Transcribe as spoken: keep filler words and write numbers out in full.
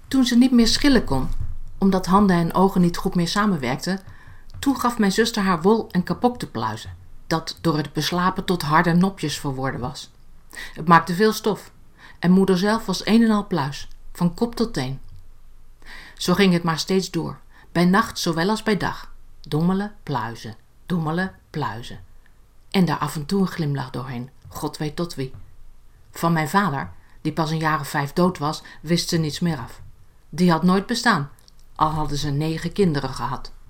Toen ze niet meer schillen kon, omdat handen en ogen niet goed meer samenwerkten, toen gaf mijn zuster haar wol en kapok te pluizen, dat door het beslapen tot harde nopjes verworden was. Het maakte veel stof en moeder zelf was een en al pluis, van kop tot teen. Zo ging het maar steeds door, bij nacht zowel als bij dag. Dommelen, pluizen, dommelen, pluizen. En daar af en toe een glimlach doorheen, God weet tot wie. Van mijn vader, die pas een jaar of vijf dood was, wist ze niets meer af. Die had nooit bestaan, al hadden ze negen kinderen gehad.